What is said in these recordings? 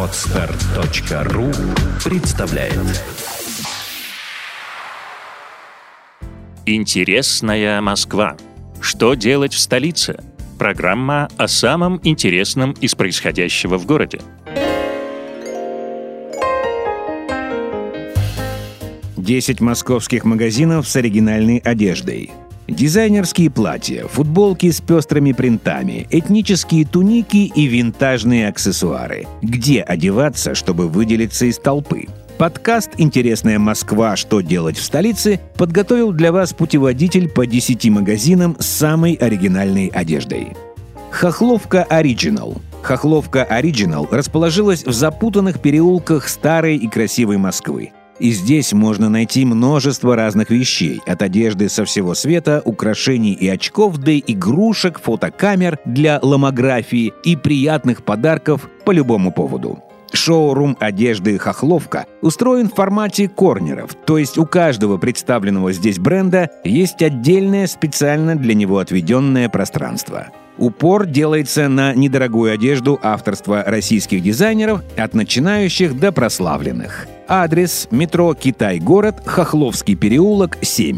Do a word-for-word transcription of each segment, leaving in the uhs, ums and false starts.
Подстер точка ру представляет. Интересная Москва. Что делать в столице? Программа о самом интересном из происходящего в городе. десять московских магазинов с оригинальной одеждой. Дизайнерские платья, футболки с пестрыми принтами, этнические туники и винтажные аксессуары. Где одеваться, чтобы выделиться из толпы? Подкаст «Интересная Москва. Что делать в столице» подготовил для вас путеводитель по десяти магазинам с самой оригинальной одеждой. Хохловка Original. Хохловка Original расположилась в запутанных переулках старой и красивой Москвы. И здесь можно найти множество разных вещей, от одежды со всего света, украшений и очков, до игрушек, фотокамер для ломографии и приятных подарков по любому поводу. Шоурум одежды «Хохловка» устроен в формате корнеров, то есть у каждого представленного здесь бренда есть отдельное специально для него отведенное пространство. Упор делается на недорогую одежду авторства российских дизайнеров, от начинающих до прославленных. Адрес: метро Китай-город, Хохловский переулок, семь.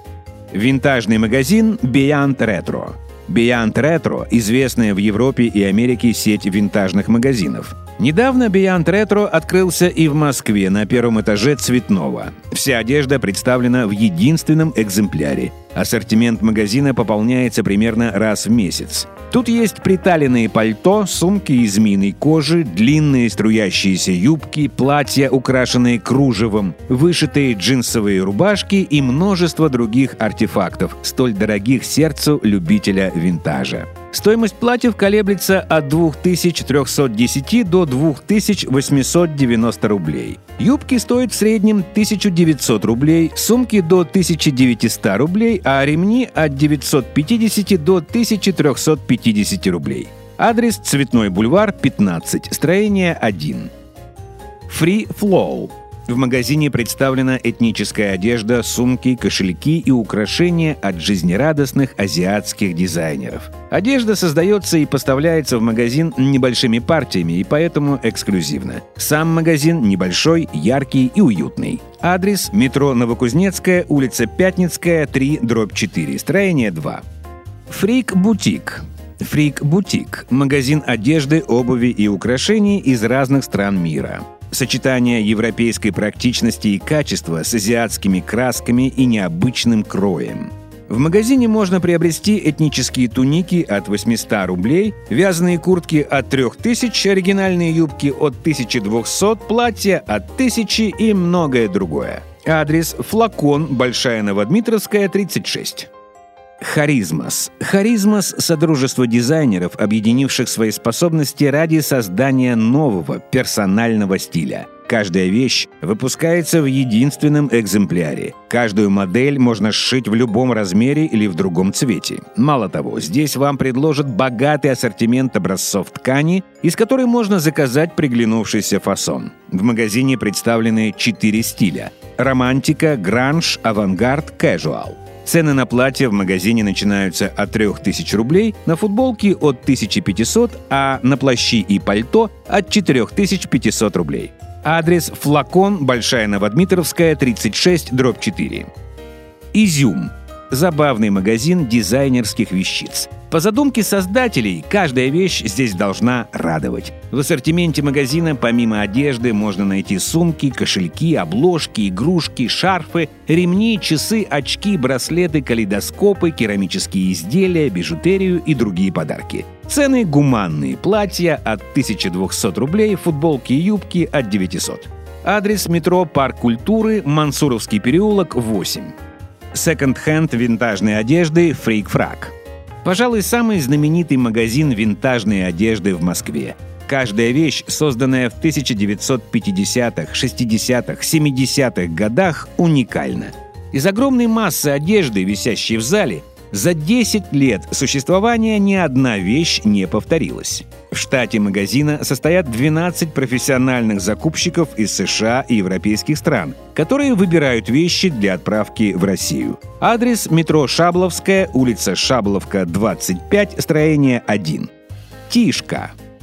Винтажный магазин Beyond Retro. Beyond Retro – известная в Европе и Америке сеть винтажных магазинов. Недавно Beyond Retro открылся и в Москве на первом этаже Цветного. Вся одежда представлена в единственном экземпляре. Ассортимент магазина пополняется примерно раз в месяц. Тут есть приталенные пальто, сумки из змеиной кожи, длинные струящиеся юбки, платья, украшенные кружевом, вышитые джинсовые рубашки и множество других артефактов, столь дорогих сердцу любителя винтажа. Стоимость платьев колеблется от две тысячи триста десять до две тысячи восемьсот девяносто рублей. Юбки стоят в среднем тысяча девятьсот рублей, сумки до тысяча девятьсот рублей, а ремни от девятьсот пятьдесят до тысяча триста пятьдесят рублей. Адрес: Цветной бульвар, пятнадцать, строение один. Free Flow. В магазине представлена этническая одежда, сумки, кошельки и украшения от жизнерадостных азиатских дизайнеров. Одежда создается и поставляется в магазин небольшими партиями и поэтому эксклюзивно. Сам магазин небольшой, яркий и уютный. Адрес: метро Новокузнецкая, улица Пятницкая, три, дробь четыре, строение два. Фрик Бутик. Фрик Бутик – магазин одежды, обуви и украшений из разных стран мира. Сочетание европейской практичности и качества с азиатскими красками и необычным кроем. В магазине можно приобрести этнические туники от восемьсот рублей, вязаные куртки от три тысячи, оригинальные юбки от тысячи двухсот, платья от тысячи и многое другое. Адрес: Флакон, Большая Новодмитровская, тридцать шесть. Харизмас. Харизмас – содружество дизайнеров, объединивших свои способности ради создания нового персонального стиля. Каждая вещь выпускается в единственном экземпляре. Каждую модель можно сшить в любом размере или в другом цвете. Мало того, здесь вам предложат богатый ассортимент образцов ткани, из которой можно заказать приглянувшийся фасон. В магазине представлены четыре стиля – романтика, гранж, авангард, кэжуал. Цены на платья в магазине начинаются от трех тысяч рублей, на футболки от тысячи пятисот, а на плащи и пальто от четырех тысяч пятисот рублей. Адрес: Флакон, Большая Новодмитровская, тридцать шесть, дробь четыре. Изюм. Забавный магазин дизайнерских вещиц. По задумке создателей, каждая вещь здесь должна радовать. В ассортименте магазина помимо одежды можно найти сумки, кошельки, обложки, игрушки, шарфы, ремни, часы, очки, браслеты, калейдоскопы, керамические изделия, бижутерию и другие подарки. Цены гуманные. Платья от тысячи двухсот рублей, футболки и юбки от девятисот. Адрес: метро Парк культуры, Мансуровский переулок, восемь. Секонд-хенд винтажной одежды «Фрик-фрак». Пожалуй, самый знаменитый магазин винтажной одежды в Москве. Каждая вещь, созданная в тысяча девятьсот пятидесятых, шестидесятых, семидесятых годах, уникальна. Из огромной массы одежды, висящей в зале, за десять лет существования ни одна вещь не повторилась. В штате магазина состоят двенадцать профессиональных закупщиков из США и европейских стран, которые выбирают вещи для отправки в Россию. Адрес: метро Шабловская, улица Шабловка, двадцать пять, строение один. Тишка.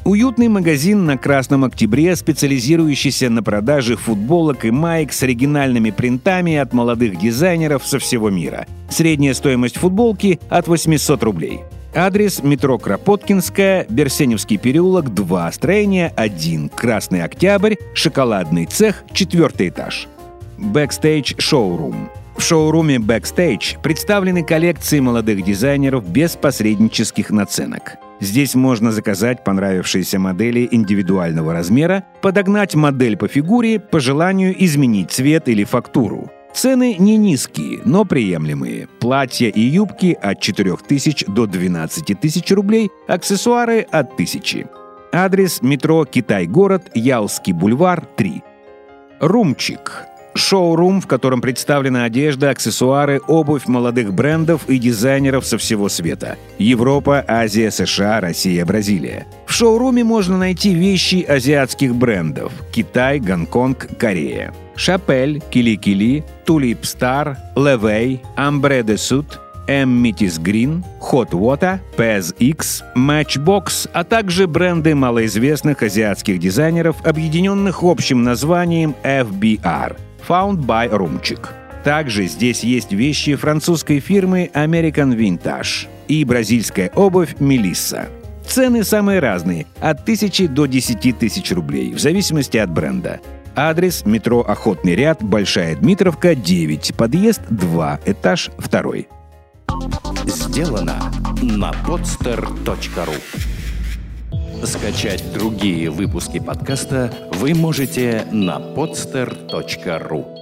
Уютный магазин на Красном Октябре, специализирующийся на продаже футболок и маек с оригинальными принтами от молодых дизайнеров со всего мира. Средняя стоимость футболки от восемьсот рублей. Адрес: метро Кропоткинская, Берсеневский переулок, два, строение один, Красный Октябрь, шоколадный цех, четвертый этаж. Backstage Showroom. В шоуруме Backstage представлены коллекции молодых дизайнеров без посреднических наценок. Здесь можно заказать понравившиеся модели индивидуального размера, подогнать модель по фигуре, по желанию изменить цвет или фактуру. Цены не низкие, но приемлемые. Платья и юбки от четырёх тысяч до двенадцати тысяч рублей, аксессуары от тысячи. Адрес: метро Китай-город, Ялский бульвар, три. Румчик. Шоурум, в котором представлена одежда, аксессуары, обувь молодых брендов и дизайнеров со всего света. Европа, Азия, США, Россия, Бразилия. В шоуруме можно найти вещи азиатских брендов: Китай, Гонконг, Корея. Шапель, Кили-Кили, Тулип Стар, Левей, Амбре де Суд, Эммитис Грин, Hot Water, пи эс икс, Matchbox, а также бренды малоизвестных азиатских дизайнеров, объединенных общим названием эф би ар – Found by Rumchik. Также здесь есть вещи французской фирмы American Vintage и бразильская обувь Melissa. Цены самые разные – от тысячи до десяти тысяч рублей, в зависимости от бренда. Адрес: метро Охотный ряд, Большая Дмитровка, девять, подъезд два, этаж второй. Сделано на подстер точка ру. Скачать другие выпуски подкаста вы можете на подстер точка ру.